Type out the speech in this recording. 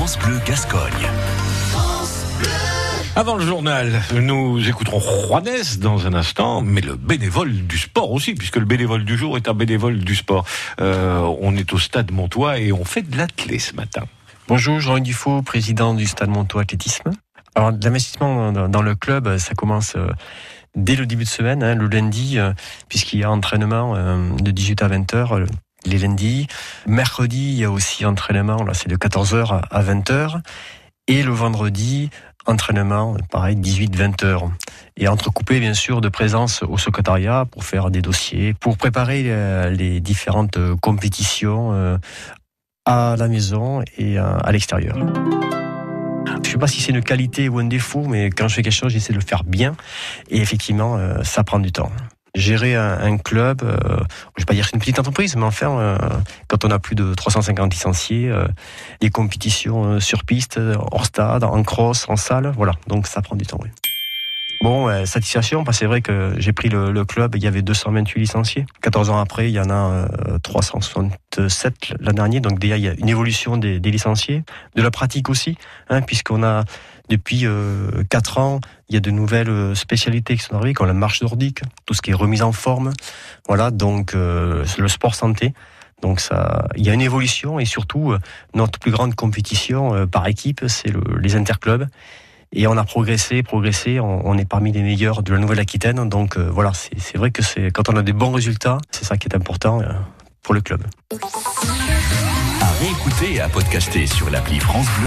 France Bleu Gascogne. Avant le journal, nous écouterons Juanès dans un instant, mais le bénévole du sport aussi, puisque le bénévole du jour est un bénévole du sport. On est au Stade Montois et on fait de l'athlé ce matin. Bonjour, Jean-Luc Dufault, président du Stade Montois Athlétisme. Alors, l'investissement dans le club, ça commence dès le début de semaine, le lundi, puisqu'il y a entraînement de 18 à 20h les lundis. Mercredi, il y a aussi entraînement, là c'est de 14h à 20h. Et le vendredi, entraînement, pareil, 18-20h. Et entrecoupé, bien sûr, de présence au secrétariat pour faire des dossiers, pour préparer les différentes compétitions à la maison et à l'extérieur. Je ne sais pas si c'est une qualité ou un défaut, mais quand je fais quelque chose, j'essaie de le faire bien. Et effectivement, ça prend du temps. Gérer un club, je ne vais pas dire que c'est une petite entreprise, mais enfin, quand on a plus de 350 licenciés, des compétitions sur piste, hors stade, en cross, en salle, voilà. Donc ça prend du temps, oui. Bon, satisfaction, parce que c'est vrai que j'ai pris le club, il y avait 228 licenciés. 14 ans après, il y en a 367 l'an dernier. Donc déjà, il y a une évolution des licenciés, de la pratique aussi, puisqu'on a, depuis 4 ans, il y a de nouvelles spécialités qui sont arrivées, comme la marche nordique, tout ce qui est remise en forme. Voilà, donc le sport santé. Donc ça, il y a une évolution et surtout, notre plus grande compétition par équipe, c'est les interclubs. Et on a progressé, on est parmi les meilleurs de la Nouvelle-Aquitaine. Donc voilà, c'est vrai que quand on a des bons résultats, c'est ça qui est important pour le club. À réécouter et à podcaster sur l'appli France Bleu.